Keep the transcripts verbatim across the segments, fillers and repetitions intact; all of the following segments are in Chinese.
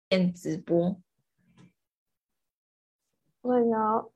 线直播。 我看一下哦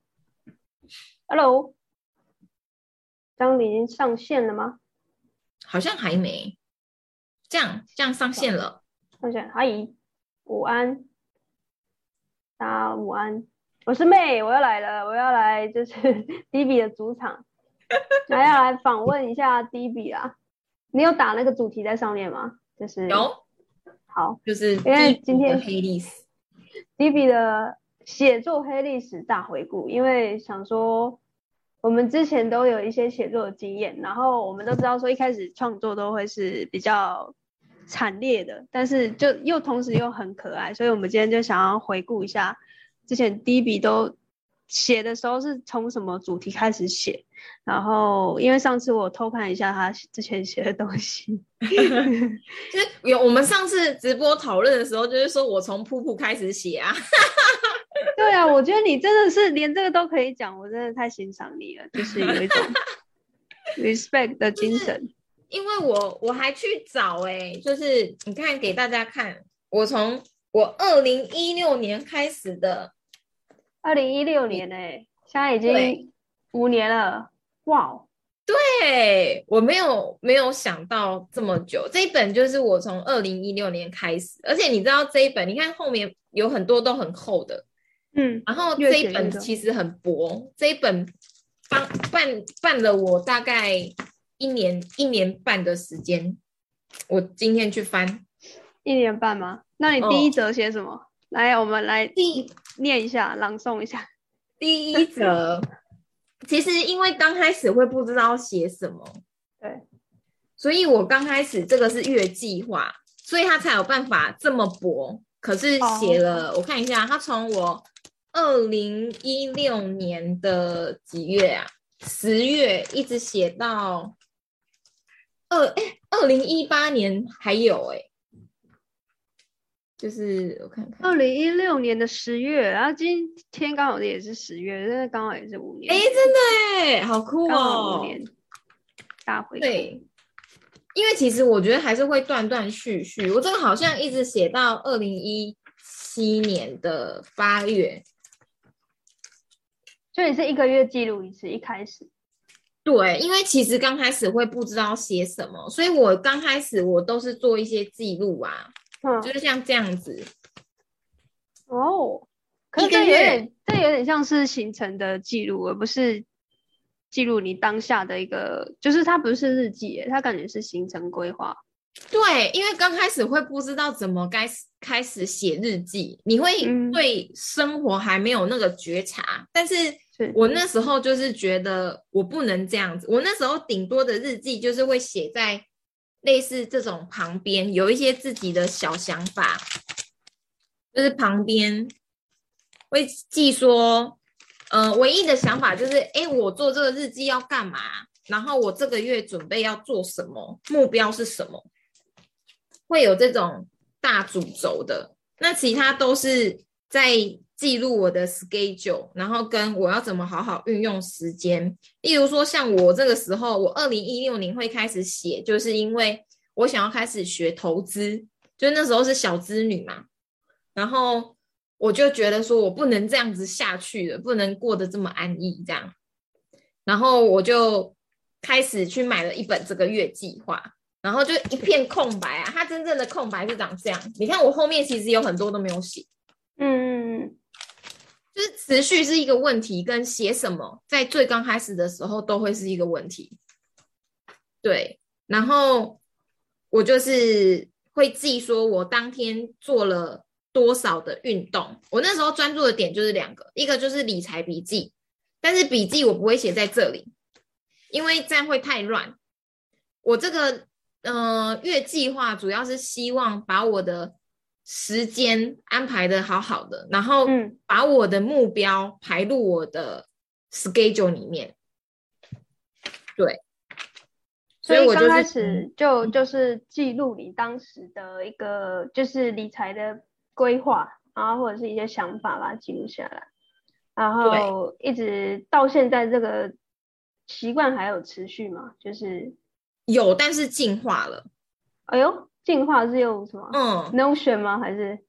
，Hello， 张已经上线了吗？ 好像还没，这样这样上线了。 上线，嗨，午安，大家午安，我是妹，我要来了，我要来就是 D B 的主场，来要来访问一下 D B 啊。你有打那个主题在上面吗？就是有， 好， 就是因为今天的黑历史 D B 的写作黑历史大回顾，因为想说我们之前都有一些写作的经验，然后我们都知道说一开始创作都会是比较惨烈的，但是就又同时又很可爱，所以我们今天就想要回顾一下之前 D B 都写的时候是从什么主题开始写，然后因为上次我偷看一下他之前写的东西就是有我们上次直播讨论的时候，就是说我从瀑布开始写啊。 对啊，我觉得你真的是连这个都可以讲，我真的太欣赏你了，就是有一种 respect 的精神。就是、 因为我我还去找哎、欸，就是你看给大家看，我从我二零一六年开始的， 二零一六年哎、欸，现在已经五年了，哇！ 对，我没有没有想到这么久，这一本就是我从二零一六年开始，而且你知道这一本，你看后面有很多都很厚的。 嗯， 然后这一本其实很薄，这一本办办办了我大概一年一年半的时间。我今天去翻一年半吗？那你第一则写什么？哦、来，我们来念一下，朗诵一下。 第一则，其实因为刚开始会不知道写什么， 对， 所以我刚开始这个是月计划，所以他才有办法这么薄。可是写了，哦、我看一下，他从我二零一六年的几月啊？十月一直写到二哎，二零一八年还有哎、欸，就是我看看， 二零一六年的十月，然后今天刚好也是十月，但是刚好也是五年。 哎，真的哎，好酷哦！ 五年大回顾。 对，因为其实我觉得还是会断断续续，我这个好像一直写到二零一七年的八月。 所以是一个月记录一次，一开始。 对，因为其实刚开始会不知道写什么，所以我刚开始我都是做一些记录啊，嗯，就是像这样子。 哦，可是这有点，这有点像是行程的记录，而不是记录你当下的一个，就是它不是日记耶，它感觉是行程规划。 对，因为刚开始会不知道怎么该开始写日记，你会对生活还没有那个觉察，嗯、但是我那时候就是觉得我不能这样子，我那时候顶多的日记就是会写在类似这种旁边，有一些自己的小想法，就是旁边会记说，呃，唯一的想法就是，哎，我做这个日记要干嘛？然后我这个月准备要做什么？目标是什么？会有这种大主轴的，那其他都是在记录我的 schedule， 然后跟我要怎么好好运用时间。例如说，像我这个时候，我二零一六年会开始写，就是因为我想要开始学投资，就那时候是小资女嘛，然后我就觉得说我不能这样子下去了，不能过得这么安逸这样，然后我就开始去买了一本这个月计划。然后就一片空白啊，它真正的空白是长这样。你看我后面其实有很多都没有写，嗯，就是持续是一个问题，跟写什么在最刚开始的时候都会是一个问题。对，然后我就是会记说我当天做了多少的运动。我那时候专注的点就是两个，一个就是理财笔记，但是笔记我不会写在这里，因为这样会太乱。我这个呃，月计划主要是希望把我的时间安排的好好的，然后把我的目标排入我的 schedule 里面。对， 所以我刚开始就就是记录你当时的一个就是理财的规划，然后或者是一些想法把它记录下来，然后一直到现在这个习惯还有持续吗？就是有，但是进化了。 哎呦，进化是用什么？ 嗯 ，Notion 吗？还是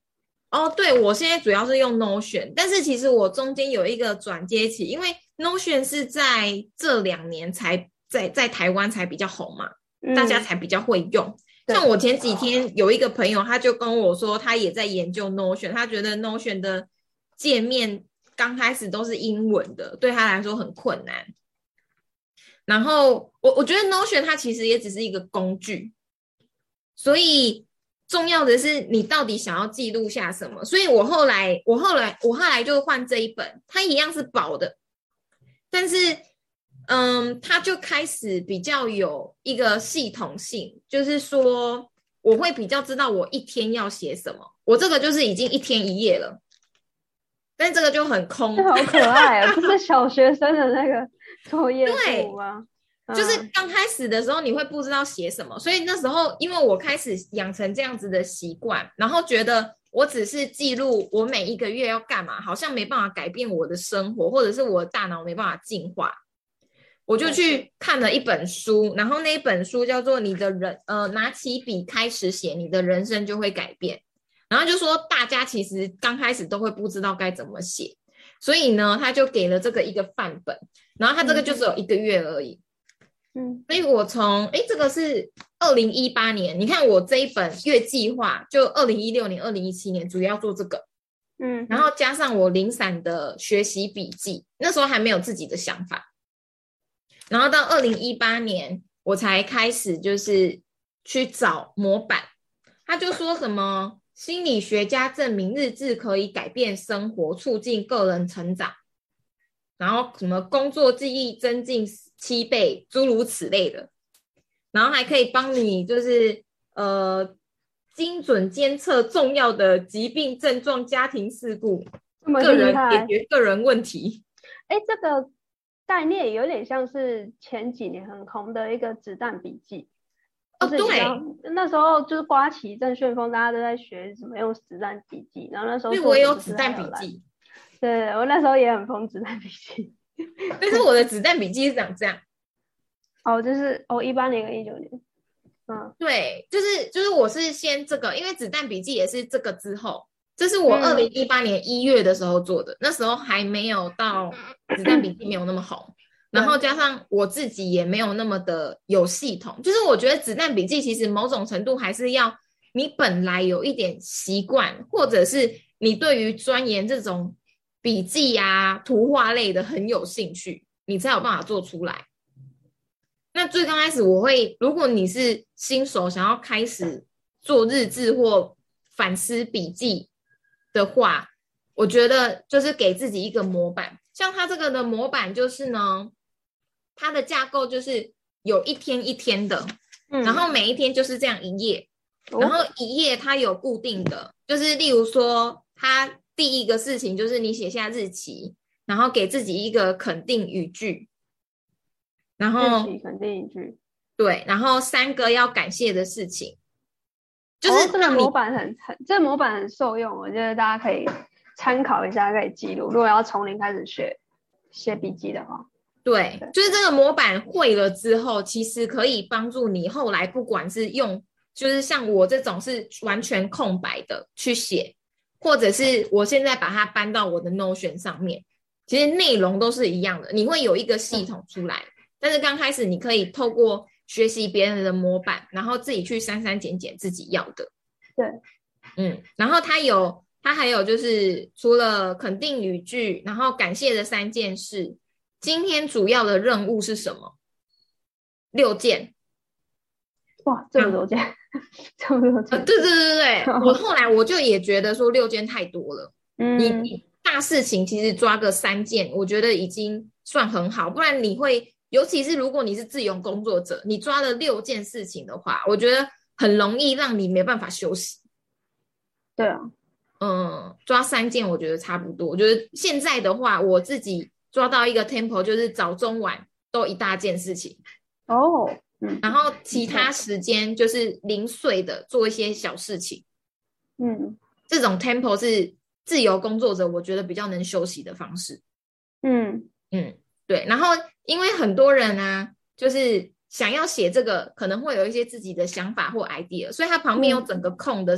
哦，对，我现在主要是用 Notion， 但是其实我中间有一个转接期，因为 Notion 是在这两年才在在台湾才比较红嘛，嗯、大家才比较会用。像我前几天有一个朋友，他就跟我说，他也在研究 Notion， 他觉得 Notion 的界面刚开始都是英文的，对他来说很困难。然后我我觉得 Notion 它其实也只是一个工具，所以重要的是你到底想要记录下什么。所以我后来我后来我后来就换这一本，它一样是薄的，但是嗯，它就开始比较有一个系统性，就是说我会比较知道我一天要写什么。我这个就是已经一天一页了，但这个就很空。 这好可爱啊！这是小学生的那个作业簿吗？ 对，就是刚开始的时候你会不知道写什么，所以那时候因为我开始养成这样子的习惯，然后觉得我只是记录我每一个月要干嘛，好像没办法改变我的生活，或者是我的大脑没办法进化，我就去看了一本书，然后那一本书叫做你的人呃拿起笔开始写，你的人生就会改变。然后就说大家其实刚开始都会不知道该怎么写，所以呢他就给了这个一个范本，然后他这个就只有一个月而已。嗯，所以我从诶这个是二零一八年，你看我这一本月计划就二零一六年二零一七年主要做这个，嗯，然后加上我零散的学习笔记，那时候还没有自己的想法，然后到二零一八年我才开始就是去找模板。他就说什么心理学家证明日志可以改变生活，促进个人成长，然后什么工作记忆增进七倍，诸如此类的，然后还可以帮你就是呃精准监测重要的疾病症状、家庭事故，个人解决个人问题。 哎，这个概念有点像是前几年很红的一个子弹笔记。 哦，对， 那时候就是刮起一阵旋风，大家都在学怎么用子弹笔记，然后那时候对我也有子弹笔记， 对我那时候也很疯子弹笔记， 但是我的子弹笔记是长这样。 哦，就是哦，一八年跟一九年，嗯， 对，就是就是我是先这个，因为子弹笔记也是这个之后，这是我二零一八年一月的时候做的，嗯、那时候还没有到子弹笔记没有那么红。然后加上我自己也没有那么的有系统，就是我觉得子弹笔记其实某种程度还是要你本来有一点习惯，或者是你对于钻研这种笔记啊图画类的很有兴趣，你才有办法做出来。那最刚开始我会，如果你是新手想要开始做日志或反思笔记的话，我觉得就是给自己一个模板，像它这个的模板就是呢，它的架构就是有一天一天的，嗯、然后每一天就是这样一页，哦、然后一页它有固定的，就是例如说，它第一个事情就是你写下日期，然后给自己一个肯定语句，然后日期肯定语句， 对，然后三个要感谢的事情，就是、 哦、这个模板很很，这个模板很受用，我觉得大家可以参考一下，可以记录。如果要从零开始学写笔记的话。 对，就是这个模板会了之后，其实可以帮助你后来不管是用，就是像我这种是完全空白的去写，或者是我现在把它搬到我的 Notion 上面，其实内容都是一样的，你会有一个系统出来。但是刚开始你可以透过学习别人的模板，然后自己去删删减减自己要的。 对， 嗯，然后它有，它还有就是除了肯定语句，然后感谢的三件事。今天主要的任务是什么？六件。 哇，这么多件，啊、这么多件。 呃、对对对对对，我后来我就也觉得说六件太多了。嗯，你你大事情其实抓个三件，我觉得已经算很好。不然你会，尤其是如果你是自由工作者，你抓了六件事情的话，我觉得很容易让你没办法休息。 对啊， 嗯，抓三件我觉得差不多。我觉得现在的话，我自己抓到一个 tempo， 就是早中晚都一大件事情哦， 嗯，然后其他时间就是零碎的做一些小事情，嗯，这种 tempo 是自由工作者我觉得比较能休息的方式，嗯嗯，对。然后因为很多人啊，就是想要写这个，可能会有一些自己的想法或 idea， 所以他旁边有整个空的是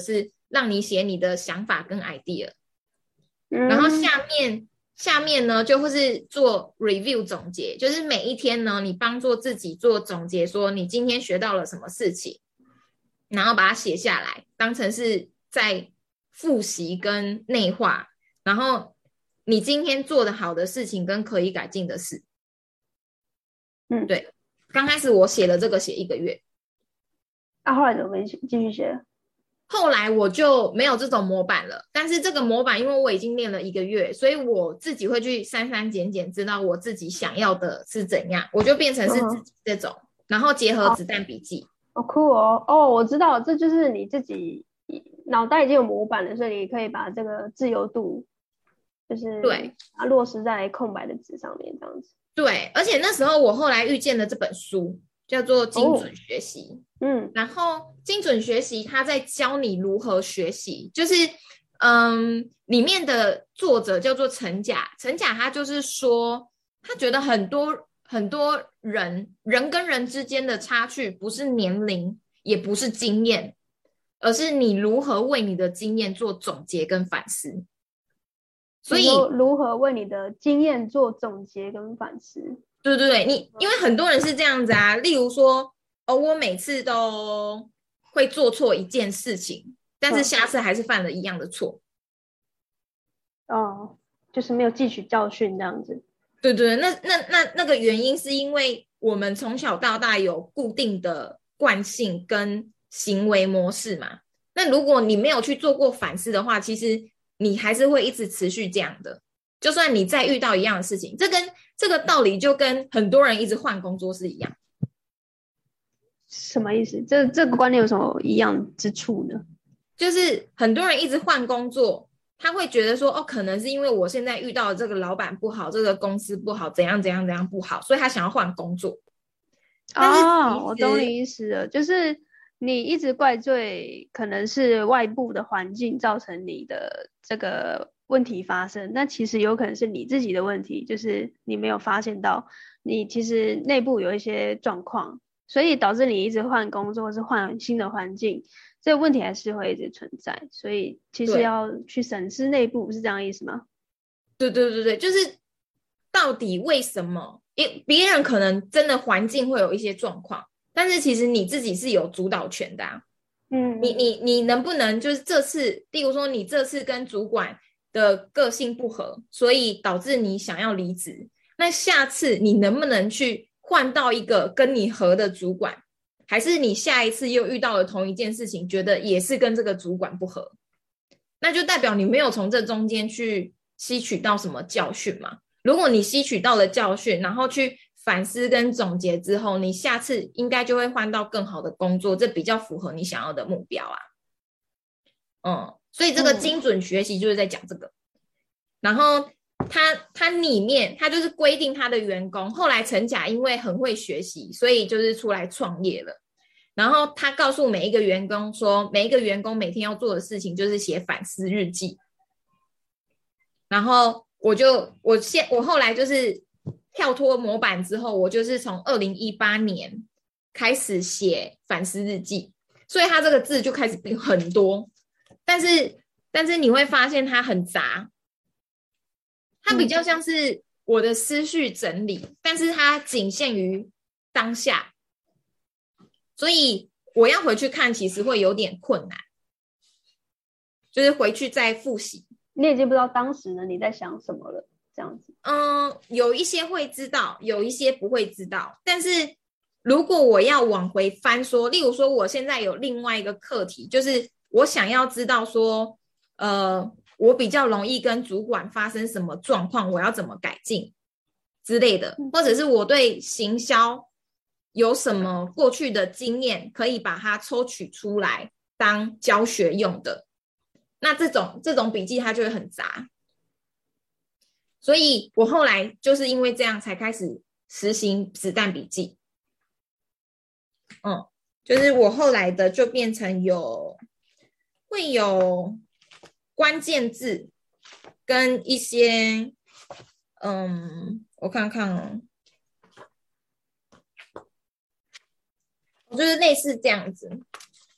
让你写你的想法跟 idea，嗯，然后下面下面呢就会是做 review 总结，就是每一天呢你帮助自己做总结，说你今天学到了什么事情，然后把它写下来，当成是在复习跟内化，然后你今天做的好的事情跟可以改进的事。嗯，对，刚开始我写了这个写一个月， 啊，后来怎么没继续写？ 后来我就没有这种模板了，但是这个模板因为我已经练了一个月，所以我自己会去删删减减，知道我自己想要的是怎样，我就变成是自己这种，嗯，然后结合子弹笔记。 好酷哦！哦，我知道，这就是你自己脑袋已经有模板了，所以你可以把这个自由度，就是对啊落实在空白的纸上面，这样子。 对，而且那时候我后来遇见了这本书，叫做《精准学习》。哦，嗯，然后精准学习它在教你如何学习，就是嗯，里面的作者叫做陈甲，陈甲他就是说，他觉得很多很多人人跟人之间的差距不是年龄，也不是经验，而是你如何为你的经验做总结跟反思。所以如何为你的经验做总结跟反思？ 对对对，你因为很多人是这样子啊，例如说，哦，我每次都会做错一件事情，但是下次还是犯了一样的错。 哦，就是没有汲取教训这样子。 对对，那那那那个原因是因为我们从小到大有固定的惯性跟行为模式嘛。那如果你没有去做过反思的话，其实你还是会一直持续这样的。就算你再遇到一样的事情，这跟这个道理就跟很多人一直换工作是一样。 什么意思？这这个观念有什么一样之处呢？ 就是很多人一直换工作，他会觉得说，哦，可能是因为我现在遇到的这个老板不好，这个公司不好，怎样怎样怎样不好，所以他想要换工作。 哦，我懂你意思了，就是你一直怪罪可能是外部的环境造成你的这个问题发生，那其实有可能是你自己的问题，就是你没有发现到你其实内部有一些状况，所以导致你一直换工作或是换新的环境，这个问题还是会一直存在，所以其实要去审视内部，是这样的意思吗？ 对对对对，就是到底为什么？因别人可能真的环境会有一些状况，但是其实你自己是有主导权的啊。嗯，你你你能不能就是这次，例如说你这次跟主管的个性不合，所以导致你想要离职，那下次你能不能去换到一个跟你合的主管？还是你下一次又遇到了同一件事情，觉得也是跟这个主管不合，那就代表你没有从这中间去吸取到什么教训嘛。如果你吸取到了教训，然后去反思跟总结之后，你下次应该就会换到更好的工作，这比较符合你想要的目标啊。嗯，所以这个精准学习就是在讲这个。然后他他里面他就是规定他的员工，后来陈甲因为很会学习，所以就是出来创业了。然后他告诉每一个员工说，每一个员工每天要做的事情就是写反思日记。然后我就我现我后来就是跳脱模板之后，我就是从二零一八年开始写反思日记，所以他这个字就开始变很多，但是但是你会发现它很杂，它比较像是我的思绪整理，嗯，但是它仅限于当下，所以我要回去看其实会有点困难，就是回去再复习。 你已经不知道当时呢你在想什么了，这样子。 嗯，有一些会知道，有一些不会知道。但是如果我要往回翻说，例如说我现在有另外一个课题，就是我想要知道说，呃，我比较容易跟主管发生什么状况，我要怎么改进之类的，或者是我对行销有什么过去的经验，可以把它抽取出来当教学用的。那这种这种笔记它就会很杂，所以我后来就是因为这样才开始实行子弹笔记。嗯，就是我后来的就变成有会有关键字跟一些嗯，我看看哦，就是类似这样子。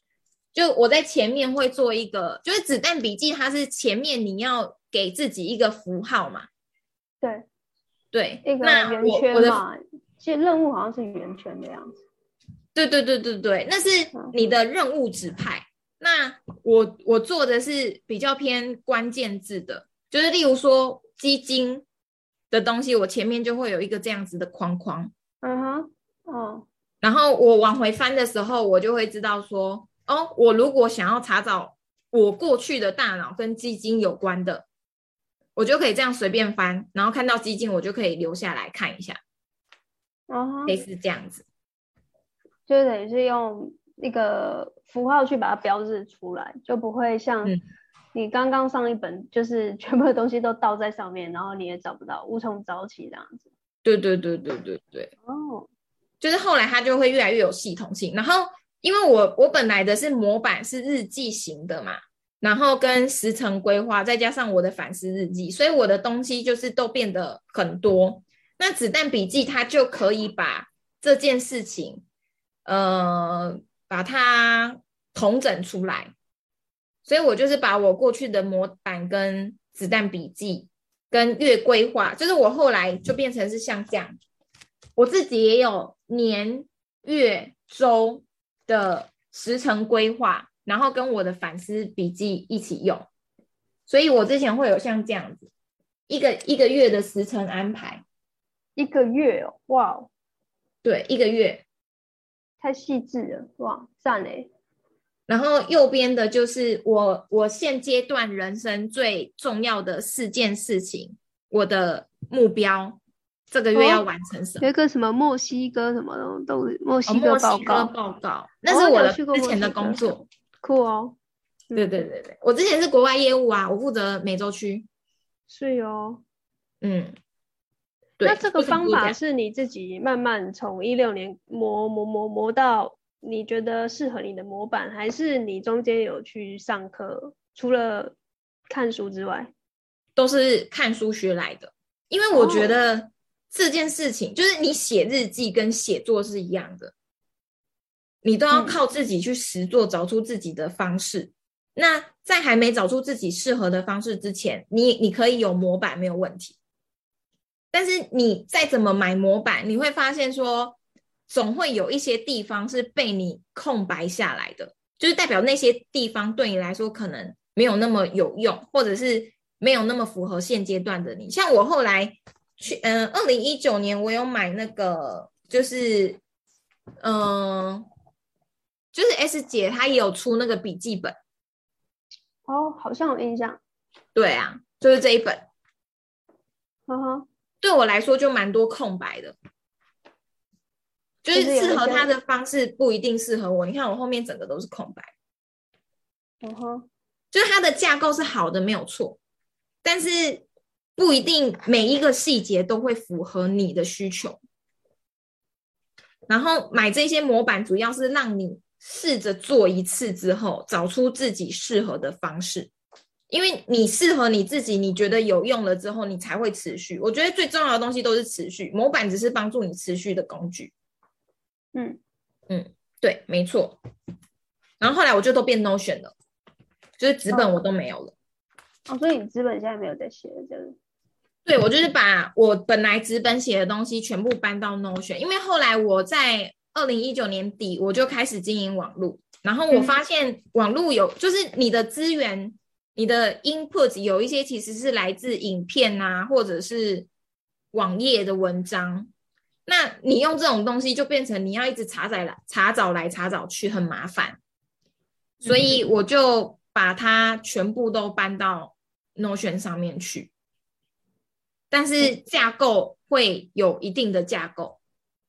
就我在前面会做一个，就是子弹笔记，它是前面你要给自己一个符号嘛。 对对， 一个圆圈嘛，其实任务好像是圆圈的样子。 对对对对对，那是你的任务指派。那我我做的是比较偏关键字的，就是例如说基金的东西，我前面就会有一个这样子的框框。 嗯哼，哦。 然后我往回翻的时候，我就会知道说，哦，我如果想要查找我过去的大脑跟基金有关的，我就可以这样随便翻，然后看到基金，我就可以留下来看一下。 嗯哼， 类似这样子。 就等于是用一个符号去把它标志出来，就不会像你刚刚上一本就是全部的东西都倒在上面，然后你也找不到，无从找起这样子。 对对对对对对。 哦， 就是后来它就会越来越有系统性。然后因为我我本来的是模板是日记型的嘛，然后跟时程规划，再加上我的反思日记，所以我的东西就是都变得很多。那子弹笔记它就可以把这件事情呃，把它统整出来，所以我就是把我过去的模板跟子弹笔记跟月规划，就是我后来就变成是像这样，我自己也有年月周的时程规划，然后跟我的反思笔记一起用，所以我之前会有像这样子一个一个月的时程安排。 一个月哦，哇， 对，一个月。 太细致了，哇，赞耶。 然后右边的就是我我现阶段人生最重要的四件事情，我的目标这个月要完成什么？ 哦、有一个什么墨西哥什么的都墨西哥报告， 哦、墨西哥报告，那是我的之前的工作。 哦、酷哦。 对对对对，我之前是国外业务啊，我负责美洲区。 是哦。 嗯。 那这个方法是你自己慢慢从一六年磨磨磨磨到你觉得适合你的模板，还是你中间有去上课？除了看书之外， 都是看书学来的。因为我觉得这件事情、哦、就是你写日记跟写作是一样的，你都要靠自己去实作，找出自己的方式。嗯、那在还没找出自己适合的方式之前，你你可以有模板没有问题。但是你再怎么买模板，你会发现说总会有一些地方是被你空白下来的，就是代表那些地方对你来说可能没有那么有用，或者是没有那么符合现阶段的你。像我后来去嗯二零一九年我有买那个就是嗯、呃、就是 S 姐她也有出那个笔记本。 哦，好像有印象。 对啊，就是这一本。 呵呵， 对我来说就蛮多空白的，就是适合他的方式不一定适合我。你看我后面整个都是空白。 嗯哼， 就是它的架构是好的没有错，但是不一定每一个细节都会符合你的需求。然后买这些模板主要是让你试着做一次之后找出自己适合的方式，因为你适合你自己，你觉得有用了之后你才会持续。我觉得最重要的东西都是持续，模板只是帮助你持续的工具。 嗯嗯，对，没错。然后后来我就都变 Notion 了，就是纸本我都没有了。 哦，所以你纸本现在没有在写这个？ 对，我就是把我本来纸本写的东西全部搬到 Notion， 因为后来我在二零一九年底我就开始经营网络，然后我发现网络有、嗯、就是你的资源，你的 input 有一些其实是来自影片啊，或者是网页的文章，那你用这种东西就变成你要一直查找来查找来查找去，很麻烦，所以我就把它全部都搬到 Notion 上面去。但是架构会有一定的架构。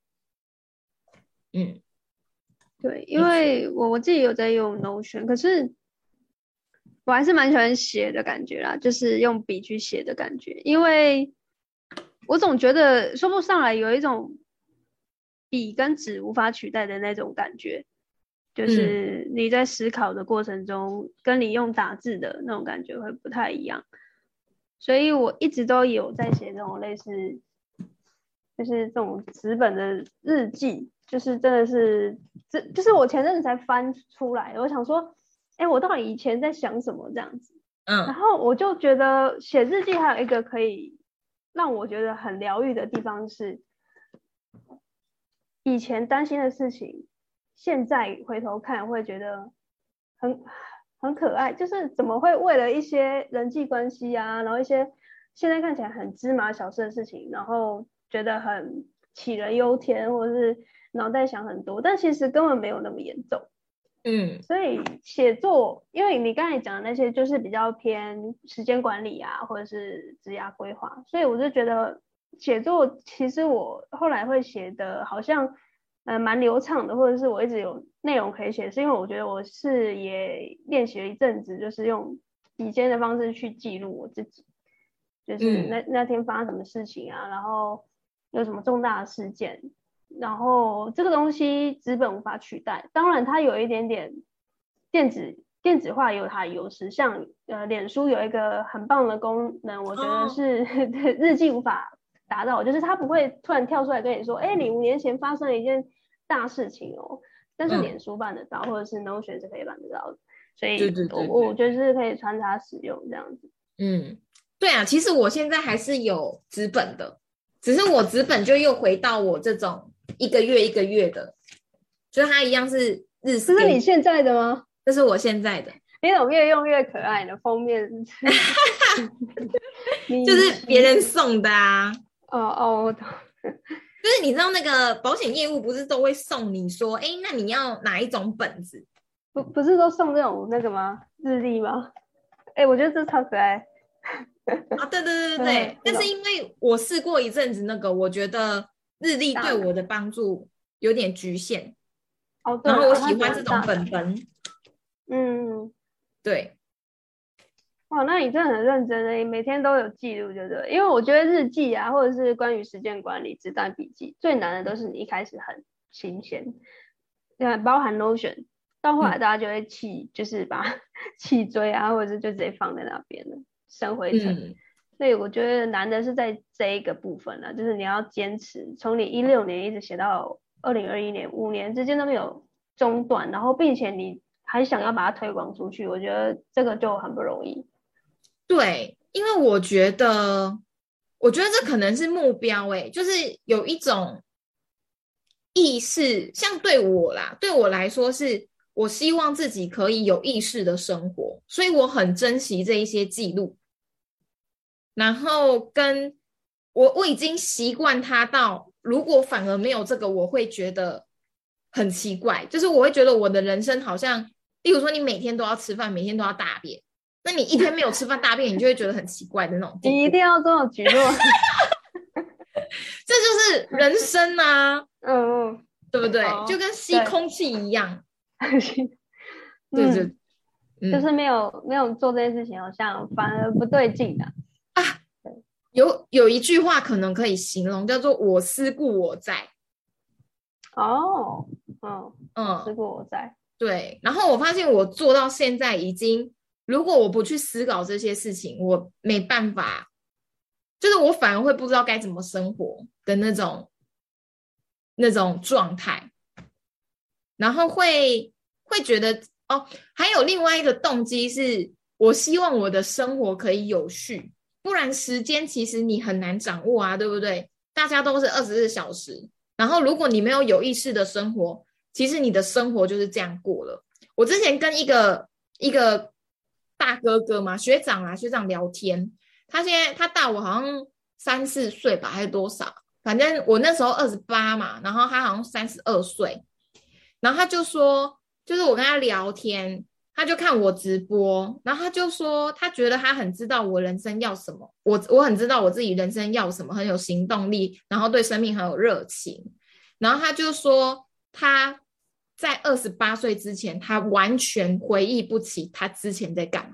嗯， 对，因为我我自己有在用 Notion， 可是我还是蛮喜欢写的感觉啦，就是用笔去写的感觉，因为我总觉得说不上来有一种笔跟纸无法取代的那种感觉，就是你在思考的过程中、嗯、跟你用打字的那种感觉会不太一样。所以我一直都有在写这种类似就是这种纸本的日记， 就是真的是，这就是我前阵子才翻出来，我想说，哎，我到底以前在想什么这样子？嗯，然后我就觉得写日记还有一个可以让我觉得很疗愈的地方是，以前担心的事情，现在回头看会觉得很很可爱，就是怎么会为了一些人际关系啊，然后一些现在看起来很芝麻小事的事情，然后觉得很杞人忧天，或者是脑袋想很多，但其实根本没有那么严重。嗯，所以写作，因为你刚才讲的那些就是比较偏时间管理啊，或者是职业规划，所以我就觉得写作其实我后来会写的好像呃蛮流畅的，或者是我一直有内容可以写，是因为我觉得我是也练习了一阵子，就是用笔尖的方式去记录我自己，就是那、嗯、那天发生什么事情啊，然后有什么重大的事件。然后这个东西纸本无法取代，当然它有一点点电子电子化也有它的优势，像呃脸书有一个很棒的功能，我觉得是、oh. 日记无法达到，就是它不会突然跳出来跟你说，哎，你五年前发生了一件大事情哦，但是脸书办得到，嗯、或者是 Notion 是可以办得到的，所以对对对对我我觉得是可以穿插使用这样子。 嗯，对啊，其实我现在还是有纸本的，只是我纸本就又回到我这种。一个月一个月的，就是它一样是日式。 这是你现在的吗？ 这是我现在的。 你怎么越用越可爱呢？封面就是别人送的啊。 哦哦，我懂。 就是你知道那个保险业务不是都会送你说，哎，那你要哪一种本子？ 不不是都送这种那个吗？日历吗？哎，我觉得这超可爱。 啊，对对对对对。但是因为我试过一阵子那个，我觉得。日历对我的帮助有点局限， 哦，对， 然后我喜欢这种本本， 嗯， 对， 哇，那你真的很认真的，你每天都有记录，对不对？因为我觉得日记啊，或者是关于时间管理、子弹笔记，最难的都是你一开始很新鲜，对，包含 Notion， 到后来大家就会弃，嗯、就是把弃追啊，或者是就直接放在那边了，生灰尘。嗯，所以我觉得难的是在这一个部分了，就是你要坚持，从你一六年一直写到二零二一年，五年之间都没有中断，然后并且你还想要把它推广出去，我觉得这个就很不容易。 对，因为我觉得，我觉得这可能是目标欸，就是有一种意识，像对我啦，对我来说是，我希望自己可以有意识的生活，所以我很珍惜这一些记录。然后跟我我已经习惯它到，如果反而没有这个，我会觉得很奇怪，就是我会觉得我的人生好像，例如说你每天都要吃饭，每天都要大便，那你一天没有吃饭大便，你就会觉得很奇怪的那种地步。 你一定要这种举动， 这就是人生啊， 嗯嗯， 对不对？哦、就跟吸空气一样，对对、 嗯嗯，就是没有没有做这件事情，好像反而不对劲的。 啊，有有一句话可能可以形容，叫做我思故我在。 哦，嗯嗯，我思故我在。 对，然后我发现我做到现在已经，如果我不去思考这些事情，我没办法，就是我反而会不知道该怎么生活的那种那种状态，然后会会觉得哦，还有另外一个动机是，我希望我的生活可以有序。不然时间其实你很难掌握啊，对不对？大家都是二十四小时，然后如果你没有有意识的生活，其实你的生活就是这样过了。我之前跟一个一个大哥哥嘛，学长啊，学长聊天，他现在他大我好像三四岁吧，还是多少？反正我那时候二十八嘛，然后他好像三十二岁，然后他就说，就是我跟他聊天。他就看我直播，然后他就说他觉得他很知道我人生要什么，我我很知道我自己人生要什么，很有行动力，然后对生命很有热情。然后他就说他在二十八岁之前，他完全回忆不起他之前在干嘛。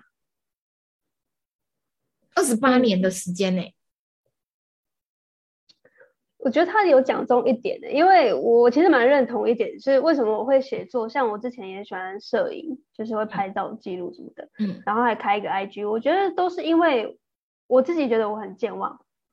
二十八年的时间呢、欸？ 我觉得他有讲中一点的，因为我其实蛮认同一点，是为什么我会写作，像我之前也喜欢摄影，就是会拍照记录什么的，嗯，然后还开一个 I G， 我觉得都是因为我自己觉得我很健忘，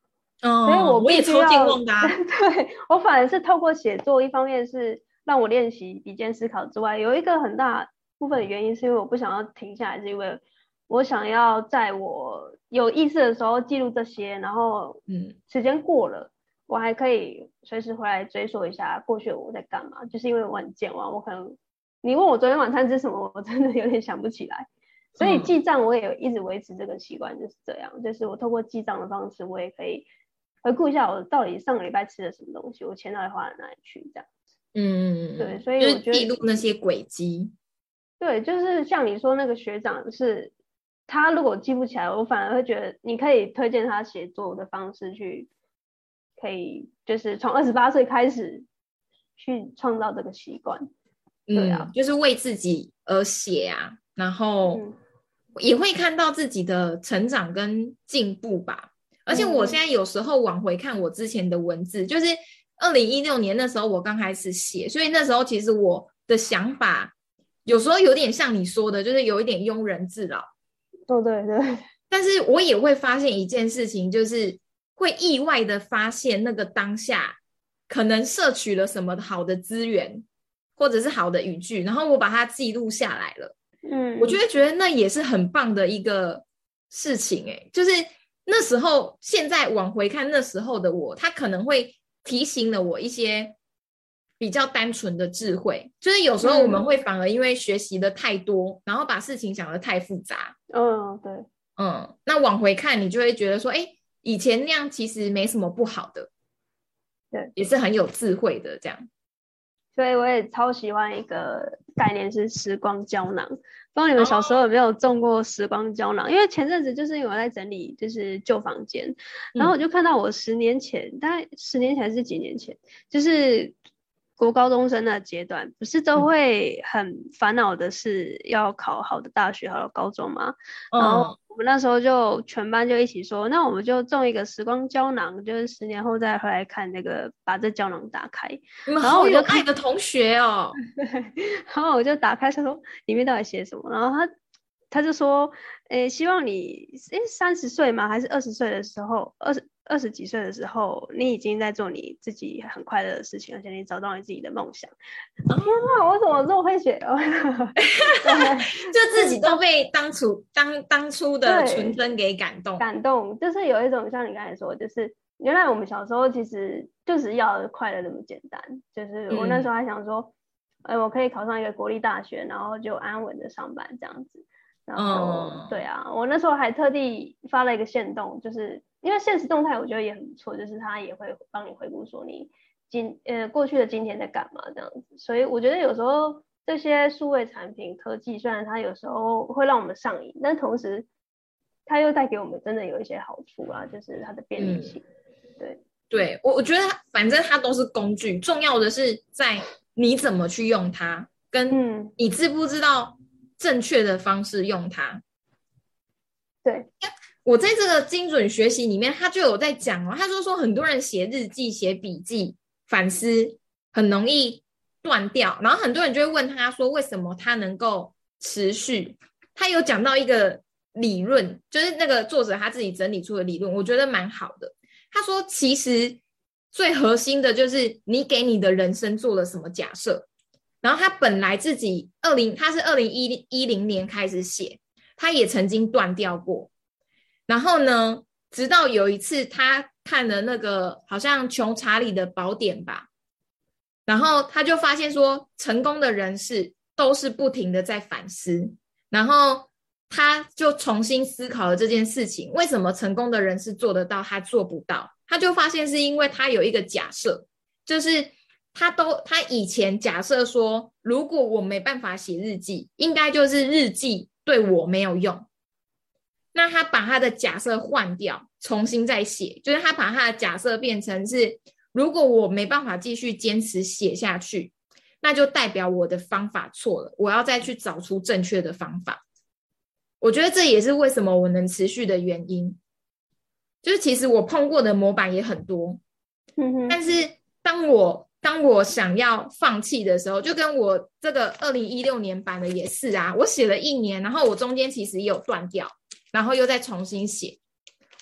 哦， 所以我我也超健忘的啊。 对，我反而是透过写作，一方面是让我练习比肩思考之外，有一个很大部分的原因是因为我不想要停下来，是因为我想要在我有意识的时候记录这些，然后嗯，时间过了，我还可以随时回来追溯一下过去我在干嘛。就是因为我很健忘，我可能你问我昨天晚餐吃什么，我真的有点想不起来。所以记账我也有一直维持这个习惯，就是这样，就是我透过记账的方式，我也可以回顾一下我到底上个礼拜吃了什么东西，我钱到底花到哪里去，这样。 嗯， 对，所以我觉得就是记录那些轨迹。 对，就是像你说那个学长是，他如果记不起来，我反而会觉得你可以推荐他写作的方式去，可以就是从二十八岁开始去创造这个习惯。对啊、 嗯，就是为自己而写啊，然后也会看到自己的成长跟进步吧。而且我现在有时候往回看我之前的文字，就是二零一六年那时候我刚开始写，所以那时候其实我的想法有时候有点像你说的，就是有一点庸人自扰。 哦，对对。 但是我也会发现一件事情，就是会意外的发现那个当下可能摄取了什么好的资源，或者是好的语句，然后我把它记录下来了。嗯，我就会觉得那也是很棒的一个事情。欸，就是那时候现在往回看那时候的我，他可能会提醒了我一些比较单纯的智慧，就是有时候我们会反而因为学习的太多，然后把事情想得太复杂。 嗯，对。 嗯，那往回看你就会觉得说，哎，以前那样其实没什么不好的。 对， 也是很有智慧的这样。 所以我也超喜欢一个概念是时光胶囊，不知道你们小时候有没有中过时光胶囊？哦，因为前阵子就是因为我在整理就是旧房间，然后我就看到我十年前、嗯、大概十年前还是几年前，就是国高中生的阶段，不是都会很烦恼的是要考好的大学好的高中吗？嗯，然后我们那时候就全班就一起说，那我们就种一个时光胶囊，就是十年后再回来看那个把这胶囊打开。 你们好有爱的同学哦。 然后我就打开他说里面到底写什么，然后他他就说诶希望你诶三十岁吗还是二十岁的时候，二十二十几岁的时候你已经在做你自己很快乐的事情，而且你找到你自己的梦想。哦，天哪，我怎么这么会写？ 就自己都被当初当当初的纯真给感动感动，就是有一种像你刚才说，就是原来我们小时候其实就是要快乐那么简单，就是我那时候还想说、嗯、我可以考上一个国立大学，然后就安稳的上班这样子。然后、嗯、对啊，我那时候还特地发了一个限动，就是因为现实动态我觉得也很不错，就是他也会帮你回顾说你今呃过去的今天在干嘛这样子。所以我觉得有时候这些数位产品科技虽然它有时候会让我们上瘾，但同时它又带给我们真的有一些好处啊，就是它的便利性、嗯、对对，我我觉得反正它都是工具，重要的是在你怎么去用它，跟你知不知道正确的方式用它。 对， 我在这个精准学习里面他就有在讲哦，他说说很多人写日记写笔记反思很容易断掉，然后很多人就会问他说为什么他能够持续。他有讲到一个理论，就是那个作者他自己整理出的理论，我觉得蛮好的。他说其实最核心的就是你给你的人生做了什么假设。然后他本来自己二零他是二零一零年开始写，他也曾经断掉过。然后呢直到有一次他看了那个好像穷查理的宝典吧，然后他就发现说成功的人士都是不停的在反思，然后他就重新思考了这件事情，为什么成功的人士做得到他做不到。他就发现是因为他有一个假设，就是他都他以前假设说如果我没办法写日记，应该就是日记对我没有用。那他把他的假设换掉，重新再写，就是他把他的假设变成是如果我没办法继续坚持写下去，那就代表我的方法错了，我要再去找出正确的方法。我觉得这也是为什么我能持续的原因，就是其实我碰过的模板也很多、嗯、但是当我当我想要放弃的时候，就跟我这个二零一六年版的也是啊，我写了一年，然后我中间其实也有断掉，然后又再重新写。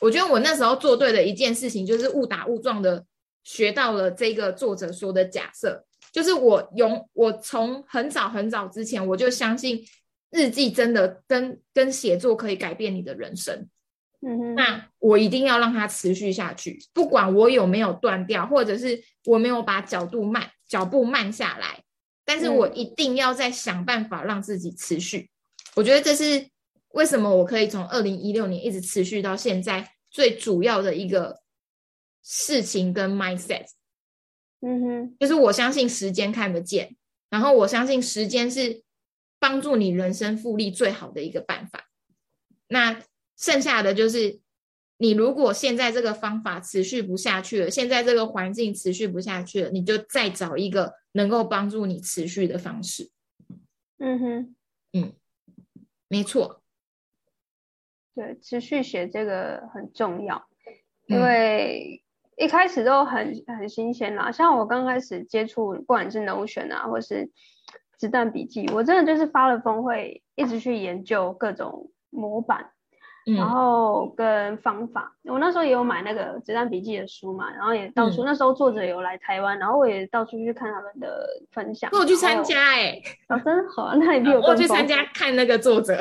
我觉得我那时候做对的一件事情就是误打误撞的学到了这个作者说的假设，就是我永我从很早很早之前我就相信日记真的跟跟写作可以改变你的人生。嗯哼，那我一定要让它持续下去，不管我有没有断掉，或者是我没有把角度慢脚步慢下来，但是我一定要再想办法让自己持续。我觉得这是为什么我可以从二零一六年一直持续到现在最主要的一个事情跟 mindset。嗯哼，就是我相信时间看得见，然后我相信时间是帮助你人生复利最好的一个办法。那剩下的就是你如果现在这个方法持续不下去了，现在这个环境持续不下去了，你就再找一个能够帮助你持续的方式。嗯哼，嗯，没错。 对，持续写这个很重要，因为一开始都很很新鲜啦。像我刚开始接触不管是 Notion 啊或是子弹笔记，我真的就是发了疯会一直去研究各种模板，然后跟方法。我那时候也有买那个子弹笔记的书嘛，然后也到处、嗯、那时候作者有来台湾，然后我也到处去看他们的分享。 我有去参加哎、欸， 哦，真好，那你比我更我去参加看那个作者。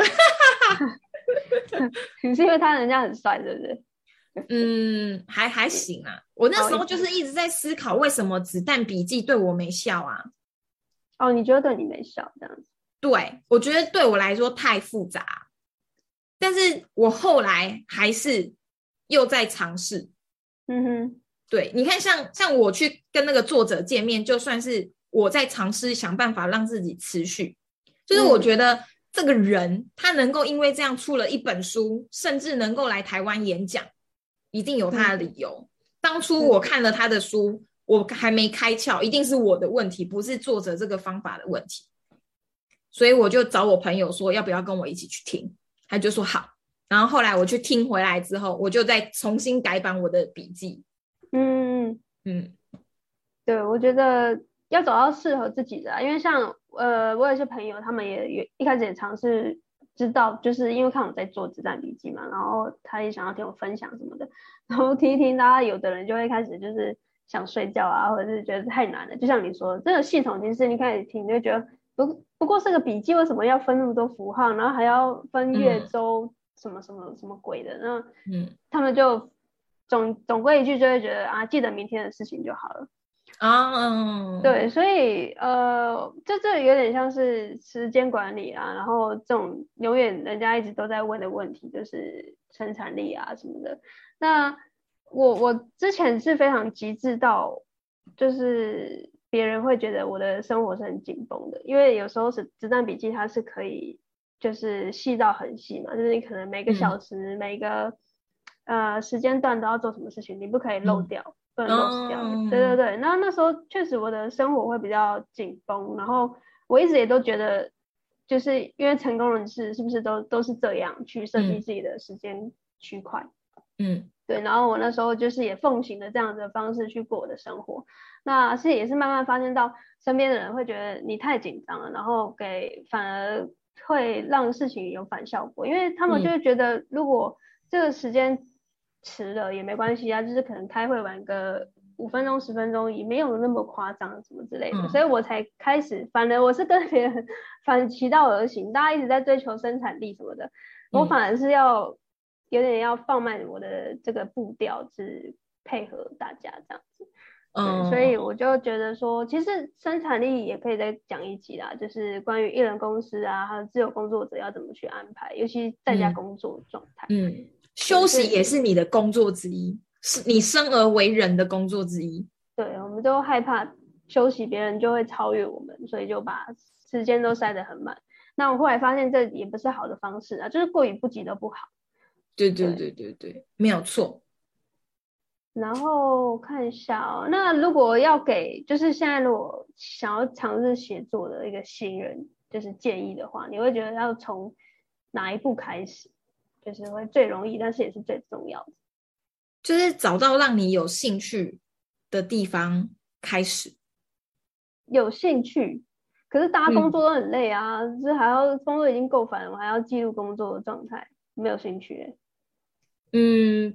你是因为他人家很帅，对不对？ 嗯，还还行啊。我那时候就是一直在思考，为什么子弹笔记对我没效啊？ 哦，你觉得对你没效这样子？ 对，我觉得对我来说太复杂，但是我后来还是又在尝试。嗯哼，对，你看像像我去跟那个作者见面，就算是我在尝试想办法让自己持续，就是我觉得这个人他能够因为这样出了一本书，甚至能够来台湾演讲，一定有他的理由。当初我看了他的书，我还没开窍，一定是我的问题，不是作者这个方法的问题。所以我就找我朋友说要不要跟我一起去听，他就说好。然后后来我去听回来之后，我就再重新改版我的笔记。嗯嗯，对，我觉得要找到适合自己的、啊，因为像呃，我有些朋友他们也也一开始也尝试知道，就是因为看我在做子弹笔记嘛，然后他也想要听我分享什么的，然后听一听，大家有的人就会开始就是想睡觉啊，或者是觉得太难了。就像你说，这个系统其实你开始听，你就觉得不不过是个笔记，为什么要分那么多符号，然后还要分月周、嗯、什么什么什么鬼的？那嗯，他们就总总归一句就会觉得啊，记得明天的事情就好了。哦、oh. 对，所以呃，这这有点像是时间管理啊，然后这种永远人家一直都在问的问题，就是生产力啊什么的。那我我之前是非常极致到，就是别人会觉得我的生活是很紧绷的，因为有时候是子弹笔记它是可以就是细到很细嘛，就是你可能每个小时、嗯、每个呃时间段都要做什么事情，你不可以漏掉。嗯不能 lost 掉、oh. 对对对，那那时候确实我的生活会比较紧绷，然后我一直也都觉得，就是因为成功人士是不是都都是这样去设计自己的时间区块，嗯，对，然后我那时候就是也奉行了这样的方式去过我的生活，那是也是慢慢发现到身边的人会觉得你太紧张了，然后给反而会让事情有反效果，因为他们就会觉得如果这个时间迟了也没关系啊，就是可能开会晚个五分钟十分钟也没有那么夸张什么之类的、嗯、所以我才开始反而我是跟别人反其道而行，大家一直在追求生产力什么的、嗯、我反而是要有点要放慢我的这个步调，是配合大家这样子。对，所以我就觉得说其实生产力也可以再讲一集啦，就是关于艺人公司啊还有自由工作者要怎么去安排，尤其在家工作状态。嗯，嗯休息也是你的工作之一，是你生而为人的工作之一。 对，我们都害怕休息别人就会超越我们，所以就把时间都塞得很满。那我后来发现这也不是好的方式啊，就是过于不及都不好。 对对对对对，没有错。 然后看一下哦，那如果要给就是现在如果想要尝试写作的一个新人就是建议的话，你会觉得要从哪一步开始就是会最容易但是也是最重要的？ 就是找到让你有兴趣的地方开始。 有兴趣，可是大家工作都很累啊，嗯、就是还要工作已经够烦了，我还要记录工作的状态，没有兴趣、欸、 嗯，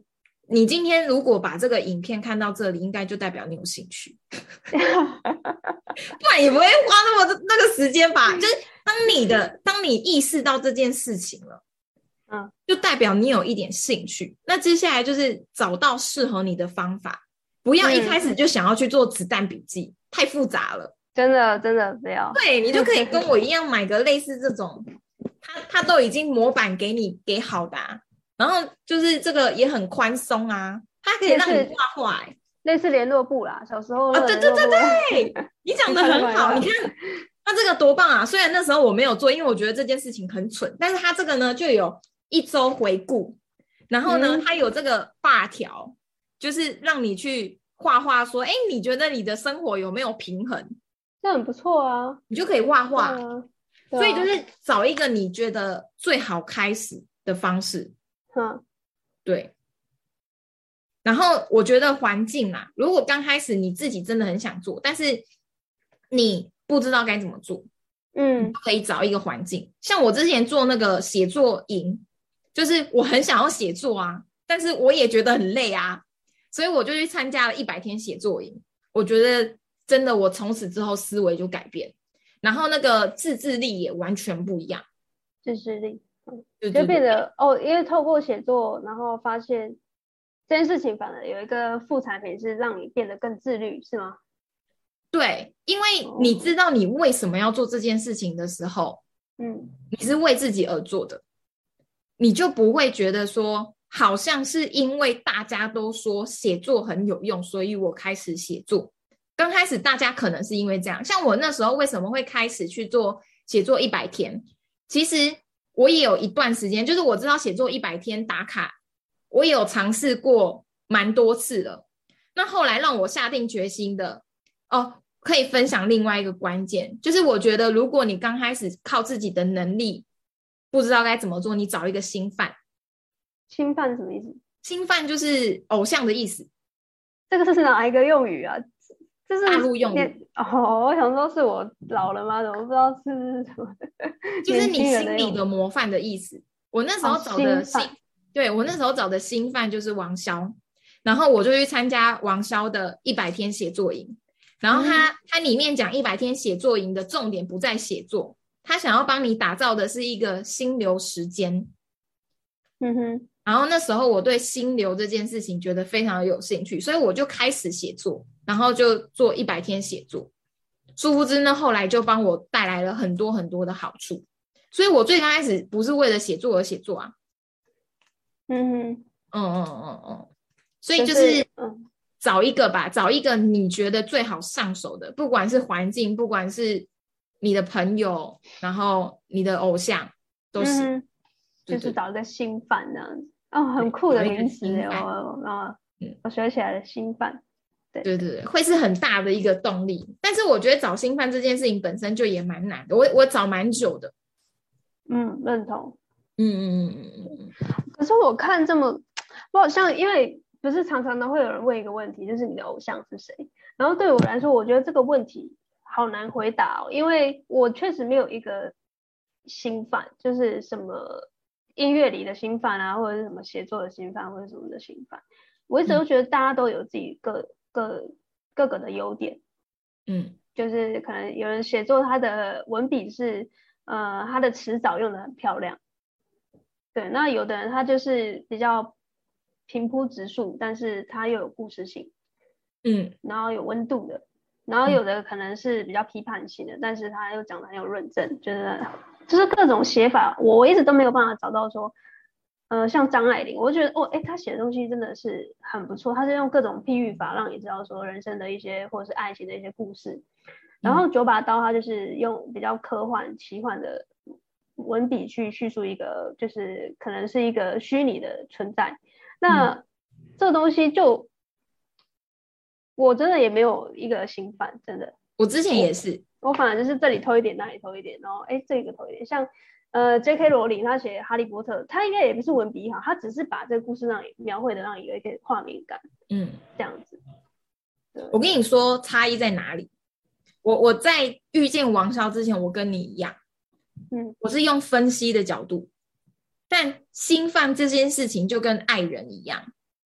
你今天如果把这个影片看到这里，应该就代表你有兴趣，不然也不会花那么那个时间吧。就是当你的当你意识到这件事情了，嗯，就代表你有一点兴趣。那接下来就是找到适合你的方法，不要一开始就想要去做子弹笔记，嗯、太复杂了。 真的真的不要。 对，你就可以跟我一样买个类似这种，他他都已经模板给你给好的、啊。然后就是这个也很宽松啊，它可以让你画画、欸， 类似联络簿啦，小时候啊，对对对对，你讲的很好，你看它这个多棒啊！虽然那时候我没有做，因为我觉得这件事情很蠢，但是它这个呢就有一周回顾，然后呢、嗯、它有这个法条，就是让你去画画说，哎，你觉得你的生活有没有平衡？ 这很不错啊， 你就可以画画、 啊啊、 所以就是找一个你觉得最好开始的方式。 嗯， 对。然后我觉得环境啊，如果刚开始你自己真的很想做，但是你不知道该怎么做，嗯，可以找一个环境。像我之前做那个写作营，就是我很想要写作啊，但是我也觉得很累啊，所以我就去参加了一百天写作营。我觉得真的，我从此之后思维就改变，然后那个自制力也完全不一样。 自制力。就变得哦，因为透过写作，然后发现这件事情反而有一个副产品是让你变得更自律，是吗？ 对，因为你知道你为什么要做这件事情的时候，嗯，你是为自己而做的，你就不会觉得说好像是因为大家都说写作很有用，所以我开始写作。刚开始大家可能是因为这样，像我那时候为什么会开始去做写作一百天，其实我也有一段时间，就是我知道写作一百天打卡，我也有尝试过蛮多次了。那后来让我下定决心的，哦，可以分享另外一个关键，就是我觉得如果你刚开始靠自己的能力不知道该怎么做，你找一个新范。 新范是什么意思？ 新范就是偶像的意思。 这个是哪一个用语啊？这是大陆用语哦，我想说是我老了吗？怎么不知道是什么？ 就是你心里的模范的意思。我那时候找的新，哦、对我那时候找的新范就是王潇，然后我就去参加王潇的一百天写作营，然后他、嗯、他里面讲一百天写作营的重点不在写作，他想要帮你打造的是一个心流时间。嗯哼。然后那时候我对心流这件事情觉得非常有兴趣，所以我就开始写作，然后就做一百天写作。殊不知呢，后来就帮我带来了很多很多的好处。所以我最刚开始不是为了写作而写作啊。嗯哼，嗯嗯嗯嗯。所以就是找一个吧，找一个你觉得最好上手的，不管是环境，不管是你的朋友，然后你的偶像，都是。嗯， 就是找一个新范这样子。哦，很酷的名词哦，哦，我学起来的新范， 对对对，会是很大的一个动力。但是我觉得找新范这件事情本身就也蛮难的，我我找蛮久的。 嗯，认同。 嗯嗯嗯嗯嗯。 可是我看这么，我好像因为不是常常都会有人问一个问题，就是你的偶像是谁？然后对我来说，我觉得这个问题好难回答哦，因为我确实没有一个新范，就是什么。音乐里的新范啊，或者是什么写作的新范，或者什么的新范，我一直都觉得大家都有自己各各各个的优点，嗯，就是可能有人写作他的文笔是，呃，他的词藻用的很漂亮，对，那有的人他就是比较平铺直述，但是他又有故事性，嗯，然后有温度的，然后有的可能是比较批判性的，但是他又讲的很有论证，就是。就是各种写法，我一直都没有办法找到说，呃，像张爱玲，我觉得哦，哎，她写的东西真的是很不错，她是用各种譬喻法让你知道说人生的一些或者是爱情的一些故事。然后九把刀，它就是用比较科幻、奇幻的文笔去叙述一个，就是可能是一个虚拟的存在。那、嗯、这个东西就，我真的也没有一个新范，真的。 我之前也是。 我反而就是这里偷一点，那里偷一点，然后哎，这个偷一点。像呃 J K 罗琳他写哈利波特，他应该也不是文笔好，他只是把这个故事让你描绘的让你有一个画面感，嗯，这样子。 我跟你说差异在哪里？我我在遇见王潇之前，我跟你一样，嗯，我是用分析的角度，但新范这件事情就跟爱人一样，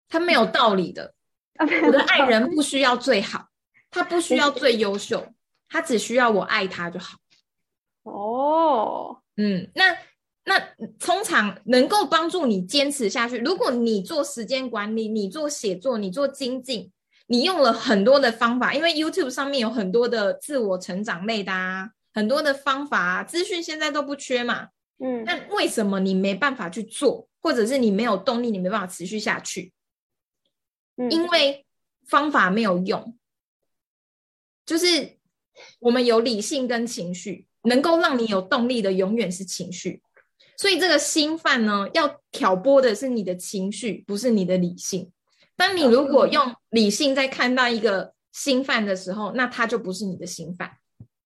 他没有道理的。我的爱人不需要最好，他不需要最优秀，他只需要我爱他就好。 哦， 嗯，那那通常能够帮助你坚持下去。如果你做时间管理，你做写作，你做精进，你用了很多的方法，因为 YouTube 上面有很多的自我成长类的啊，很多的方法啊，资讯现在都不缺嘛。嗯，但为什么你没办法去做，或者是你没有动力，你没办法持续下去？嗯，因为方法没有用。就是我们有理性跟情绪，能够让你有动力的永远是情绪。所以这个心饭呢，要挑拨的是你的情绪，不是你的理性。当你如果用理性在看到一个心饭的时候，那它就不是你的心饭。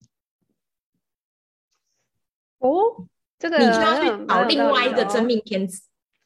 哦，这个你就要去找另外一个真命天子。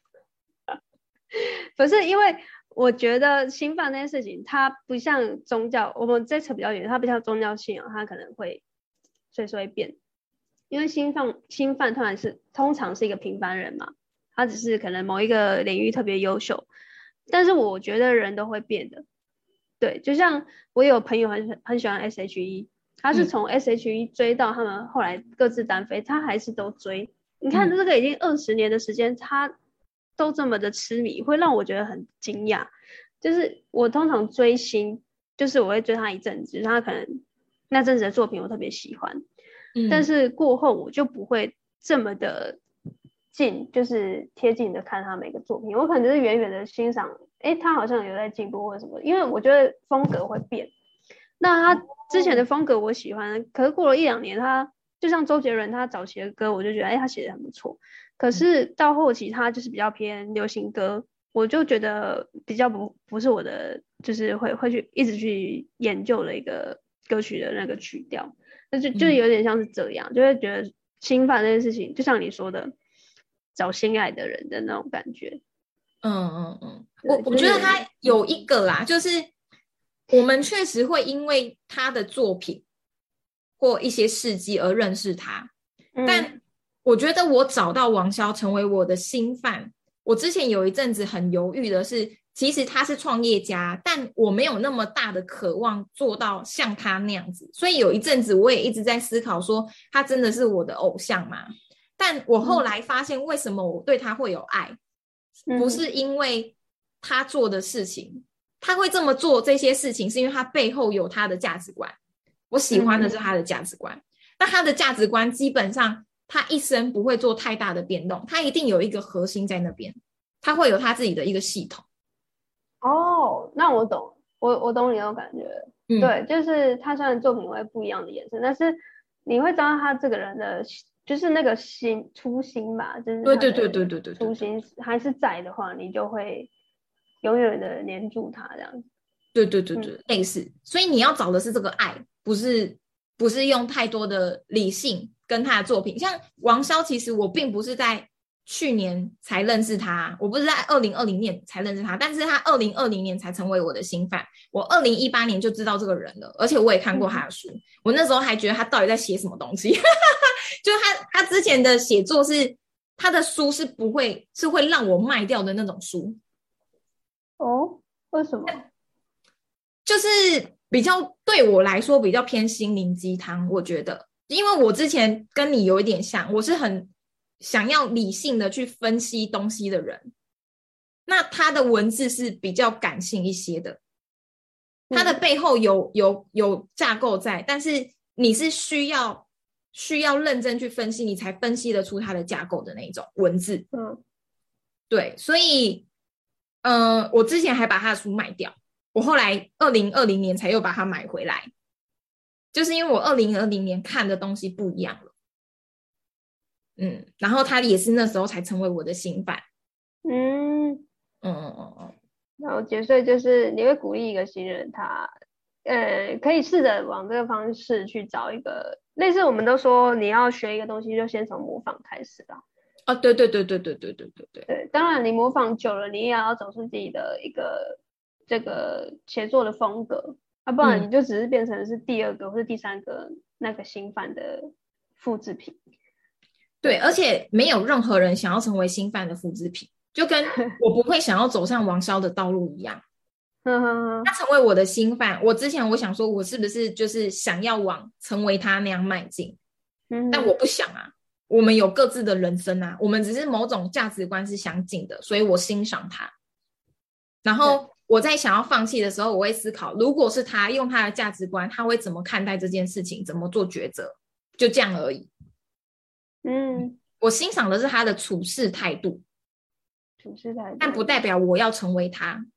不是，因为我觉得心饭那件事情，它不像宗教，我们这扯比较远，它不像宗教信仰，它可能会随随便。因为心饭心饭通常是通常是一个平凡人嘛，他只是可能某一个领域特别优秀，但是我觉得人都会变的。对，就像我有朋友很很喜欢 S H E， 他是从 S H E 追到他们后来各自单飞，他还是都追。你看这个已经二十年的时间，他都这么的痴迷，会让我觉得很惊讶。就是我通常追星，就是我会追他一阵子，他可能那阵子的作品我特别喜欢，嗯，但是过后我就不会这么的近，就是贴近的看他每个作品，我可能就是远远的欣赏，哎，他好像有在进步或者什么，因为我觉得风格会变。那他之前的风格我喜欢，可是过了一两年，他就像周杰伦他早期的歌，我就觉得哎，他写的很不错。可是到后期他就是比较偏流行歌，我就觉得比较不不是我的，就是会会去一直去研究的一个歌曲的那个曲调，那就就有点像是这样，嗯，就会觉得心烦这件事情，就像你说的，找心爱的人的那种感觉。 嗯嗯嗯，我我觉得他有一个啦，就是我们确实会因为他的作品或一些事迹而认识他，嗯，但我觉得我找到王骁成为我的心饭，我之前有一阵子很犹豫的是，其实他是创业家，但我没有那么大的渴望做到像他那样子，所以有一阵子我也一直在思考说，他真的是我的偶像吗？但我后来发现，为什么我对他会有爱，嗯，不是因为他做的事情，他会这么做这些事情是因为他背后有他的价值观，我喜欢的是他的价值观，嗯，那他的价值观基本上他一生不会做太大的变动，他一定有一个核心在那边，他会有他自己的一个系统。 哦，那我懂，我我懂你那种感觉，嗯，对，就是他虽然作品会不一样的延伸，但是你会知道他这个人的就是那个心初心吧，就是对对对对对对， 初心还是在的话，你就会永远的黏住他这样子。 对对对对，嗯，类似，所以你要找的是这个爱，不是不是用太多的理性跟他的作品。像王骁，其实我并不是在去年才认识他，我不是在二零二零年才认识他，但是他二零二零年才成为我的新fan，我二零一八年就知道这个人了，而且我也看过他的书，嗯，我那时候还觉得他到底在写什么东西，就他他之前的写作是他的书是不会是会让我卖掉的那种书。 哦，为什么？ 就是比较对我来说比较偏心灵鸡汤，我觉得，因为我之前跟你有一点像，我是很想要理性的去分析东西的人，那他的文字是比较感性一些的，他的背后有有有架构在，但是你是需要需要认真去分析，你才分析得出他的架构的那种文字。嗯，对，所以，嗯、呃，我之前还把他的书卖掉。我后来二零二零年才又把它买回来，就是因为我二零二零年看的东西不一样了，嗯，然后他也是那时候才成为我的新fan。嗯嗯嗯嗯嗯， 了解，所以就是你会鼓励一个新人，他呃可以试着往这个方式去找一个类似，我们都说你要学一个东西，就先从模仿开始啦。 啊，对对对对对对对对对对，当然你模仿久了，你也要找出自己的一个这个写作的风格，啊，不然你就只是变成是第二个或是第三个那个新fan的复制品。 对，而且没有任何人想要成为新fan的复制品， 就跟我不会想要走上王潇的道路一样。他成为我的新范，我之前我想说我是不是就是想要往成为他那样迈进，嗯，但我不想啊，我们有各自的人生啊，我们只是某种价值观是相近的，所以我欣赏他。然后我在想要放弃的时候，我会思考，如果是他用他的价值观，他会怎么看待这件事情，怎么做抉择，就这样而已。嗯，我欣赏的是他的处事态度， 处事态度， 但不代表我要成为他。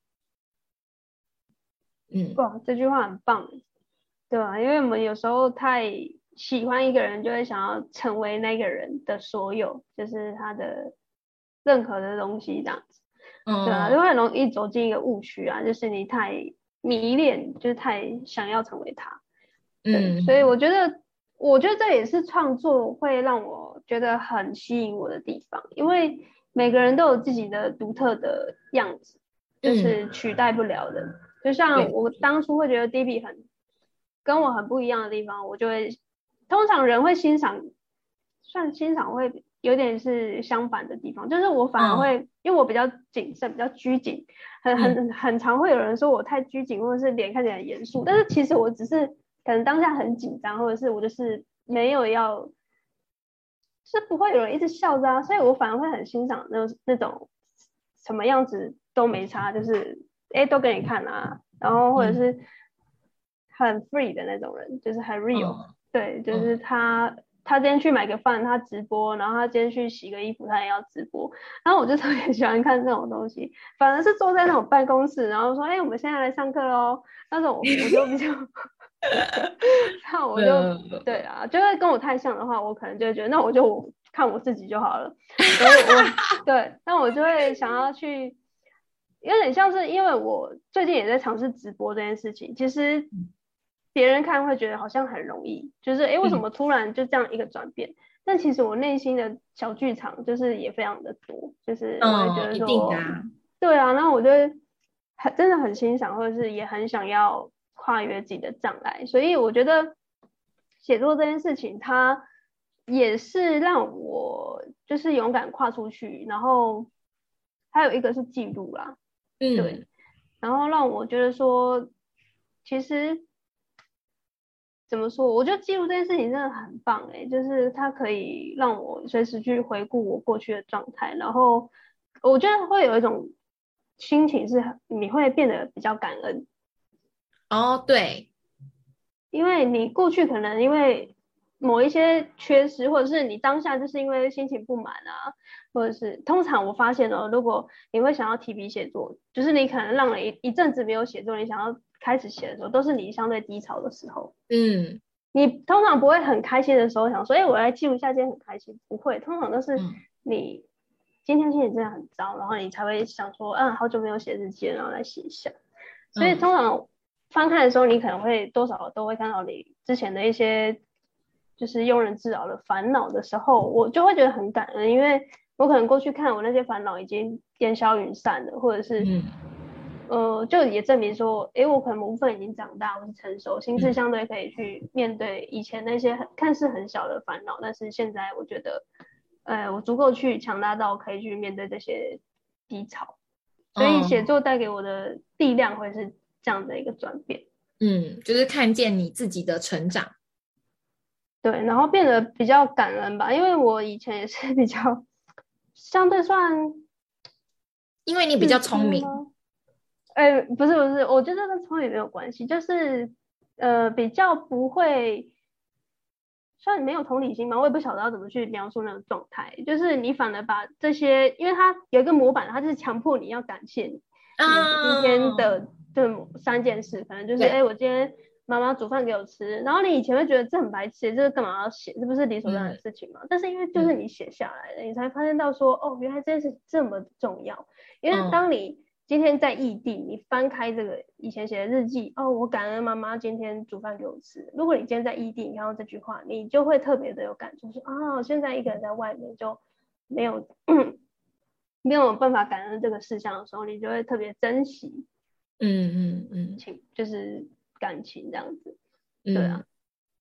嗯，哇，这句话很棒，对吧？因为我们有时候太喜欢一个人，就会想要成为那个人的所有，就是他的任何的东西这样子，嗯，对啊，就会很容易走进一个误区啊，就是你太迷恋，就是太想要成为他，嗯，所以我觉得，我觉得这也是创作会让我觉得很吸引我的地方，因为每个人都有自己的独特的样子，就是取代不了的。嗯，就像我当初会觉得 D B 很跟我很不一样的地方，我就会通常人会欣赏，算欣赏会有点是相反的地方，就是我反而会、嗯、因为我比较谨慎，比较拘谨，很很很常会有人说我太拘谨，或者是脸看起来很严肃，但是其实我只是可能当下很紧张，或者是我就是没有要，是不会有人一直笑着啊，所以我反而会很欣赏那那种什么样子都没差，就是哎都给你看啊，然后或者是很 free 的那种人，就是很 real，、嗯、对，就是他、嗯、他今天去买个饭，他直播，然后他今天去洗个衣服，他也要直播，然后我就特别喜欢看这种东西，反而是坐在那种办公室，然后说哎我们现在来上课咯，那种我我就比较那我就对啊，就会跟我太像的话，我可能就会觉得那我就我看我自己就好了，所以我对，那我就会想要去。有点像是因为我最近也在尝试直播这件事情，其实别人看会觉得好像很容易，就是哎为什么突然就这样一个转变、嗯、但其实我内心的小剧场就是也非常的多，就是我会觉得说、嗯啊、对啊，那我就很真的很欣赏，或者是也很想要跨越自己的障碍，所以我觉得写作这件事情它也是让我就是勇敢跨出去，然后还有一个是记录啦，嗯，对，然后让我觉得说，其实怎么说，我觉得记录这件事情真的很棒哎、欸，就是它可以让我随时去回顾我过去的状态，然后我觉得会有一种心情是你会变得比较感恩。 哦，对， 因为你过去可能因为某一些缺失，或者是你当下就是因为心情不满啊，或者是通常我发现哦，如果你会想要提笔写作，就是你可能让了一一阵子没有写作，你想要开始写的时候，都是你相对低潮的时候。嗯，你通常不会很开心的时候想说，哎，我来记录一下今天很开心，不会，通常都是你今天心情真的很糟，然后你才会想说，嗯，好久没有写日记了，然后来写一下。所以通常翻看的时候，你可能会多少都会看到你之前的一些就是庸人自扰的烦恼的时候，我就会觉得很感恩，因为我可能过去看我那些烦恼已经烟消云散了，或者是、嗯、呃，就也证明说，诶，我可能部分已经长大，我是成熟，心智相对可以去面对以前那些很看似很小的烦恼，但是现在我觉得，呃，我足够去强大到可以去面对这些低潮，所以写作带给我的力量会是这样的一个转变。 嗯，就是看见你自己的成长。 对，然后变得比较感恩吧，因为我以前也是比较相对算， 因为你比较聪明。 哎，不是不是，我觉得跟聪明没有关系，就是呃比较不会，算没有同理心嘛，我也不晓得要怎么去描述那个状态，就是你反而把这些，因为它有一个模板，它就是强迫你要感谢你，嗯、你今天的这三件事，可能就是哎我今天妈妈煮饭给我吃，然后你以前会觉得这很白痴，这是干嘛要写，这不是理所当然的事情吗？嗯、但是因为就是你写下来了，嗯、你才发现到说，哦，原来这件事这么重要。因为当你今天在异地，你翻开这个以前写的日记，哦，我感恩妈妈今天煮饭给我吃。如果你今天在异地，你看到这句话，你就会特别的有感触，说啊，现在一个人在外面就没有没有办法感恩这个事项的时候，你就会特别珍惜。嗯嗯嗯，情就是感情这样子，对啊，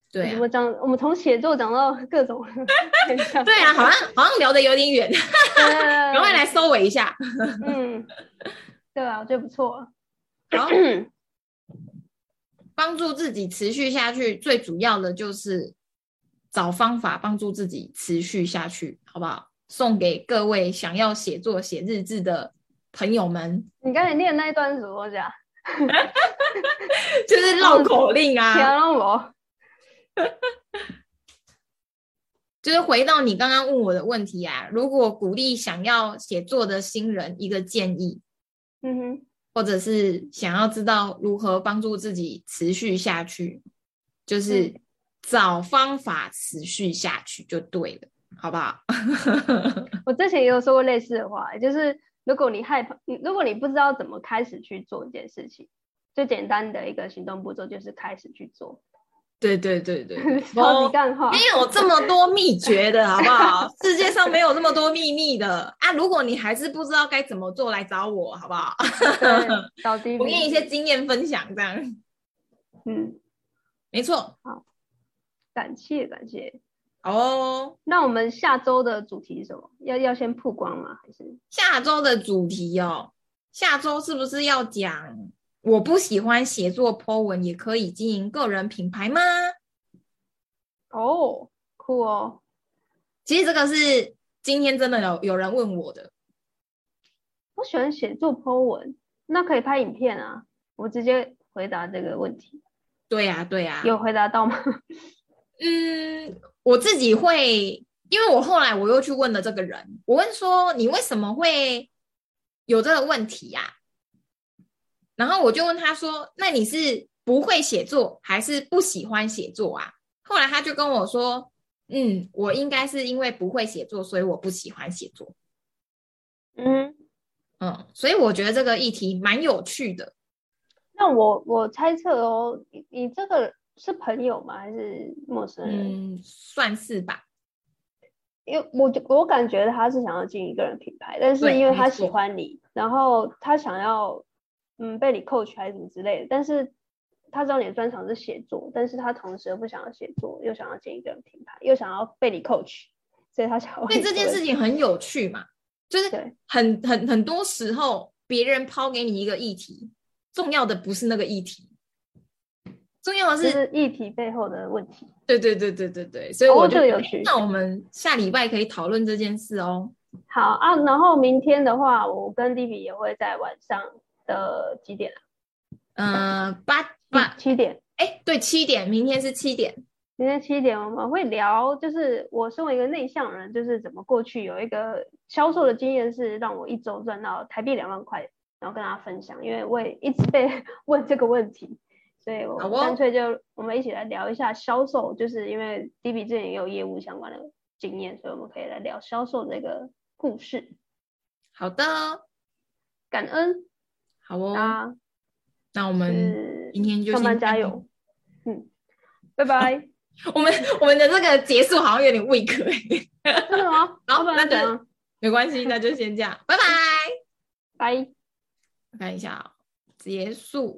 对啊， 我们讲我们从写作讲到各种对啊，好像好像聊得有点远，赶快来收尾一下。 嗯，对啊，我觉得不错。 好，帮助自己持续下去，最主要的就是找方法帮助自己持续下去，好不好？送给各位想要写作写日志的朋友们。 你刚才念那一段是什么东西啊？ 就是绕口令啊。就是回到你刚刚问我的问题啊，如果鼓励想要写作的新人一个建议， 嗯哼， 或者是想要知道如何帮助自己持续下去，就是找方法持续下去就对了，好不好？ 我之前也有说过类似的话，就是如果你害怕，如果你不知道怎么开始去做一件事情，最简单的一个行动步骤就是开始去做。 对对对对， 超级干话， 没有这么多秘诀的好不好？世界上没有这么多秘密的啊！如果你还是不知道该怎么做，来找我好不好？ 找 D B， 我给你一些经验分享，这样。 嗯， 没错。 好，感谢感谢。 好哦， 那我们下周的主题是什么？要要先曝光吗？还是下周的主题哦？下周是不是要讲？我不喜欢写作 po 文，也可以经营个人品牌吗？ 哦，酷哦！ 其实这个是今天真的有有人问我的。 我喜欢写作 po 文，那可以拍影片啊。我直接回答这个问题。 对呀、啊，对呀、啊。 有回答到吗？ 嗯，我自己会，因为我后来我又去问了这个人，我问说你为什么会有这个问题呀、啊？然后我就问他说：“那你是不会写作，还是不喜欢写作啊？”后来他就跟我说：“嗯，我应该是因为不会写作，所以我不喜欢写作。” 嗯嗯，所以我觉得这个议题蛮有趣的。 那我我猜测哦，你你这个是朋友吗？还是陌生人？ 嗯，算是吧。 因为我我感觉他是想要经营个人品牌，但是因为他喜欢你，然后他想要。嗯，被你 coach 还是什么之类的，但是他知道你的专长是写作，但是他同时又不想要写作，又想要经营个人品牌，又想要被你 coach，所以他想要。 所以这件事情很有趣嘛，就是很很很多时候别人抛给你一个议题，重要的不是那个议题，重要的 是, 是议题背后的问题。 对对对对对对，所以我就、 哦、有趣。 那我们下礼拜可以讨论这件事哦。 好啊，然后明天的话，我跟 D B 也会在晚上。的几点啊？ 呃，八八七点。 哎，对，七点，明天是七点。 明天七点我们会聊，就是我身为一个内向人，就是怎么过去有一个销售的经验，是让我一周赚到台币两万块，然后跟大家分享。因为我也一直被问这个问题，所以我干脆就我们一起来聊一下销售，就是因为 D B 之前也有业务相关的经验，所以我们可以来聊销售这个故事。 好的， 感恩。 好哦，啊、那我们今天就上班加油，嗯，拜拜。 我们我们的这个结束好像有点 weak 哎、欸， 真的吗？ 好，那就没关系，那就先这样，拜拜， 拜。 我看一下、哦，结束。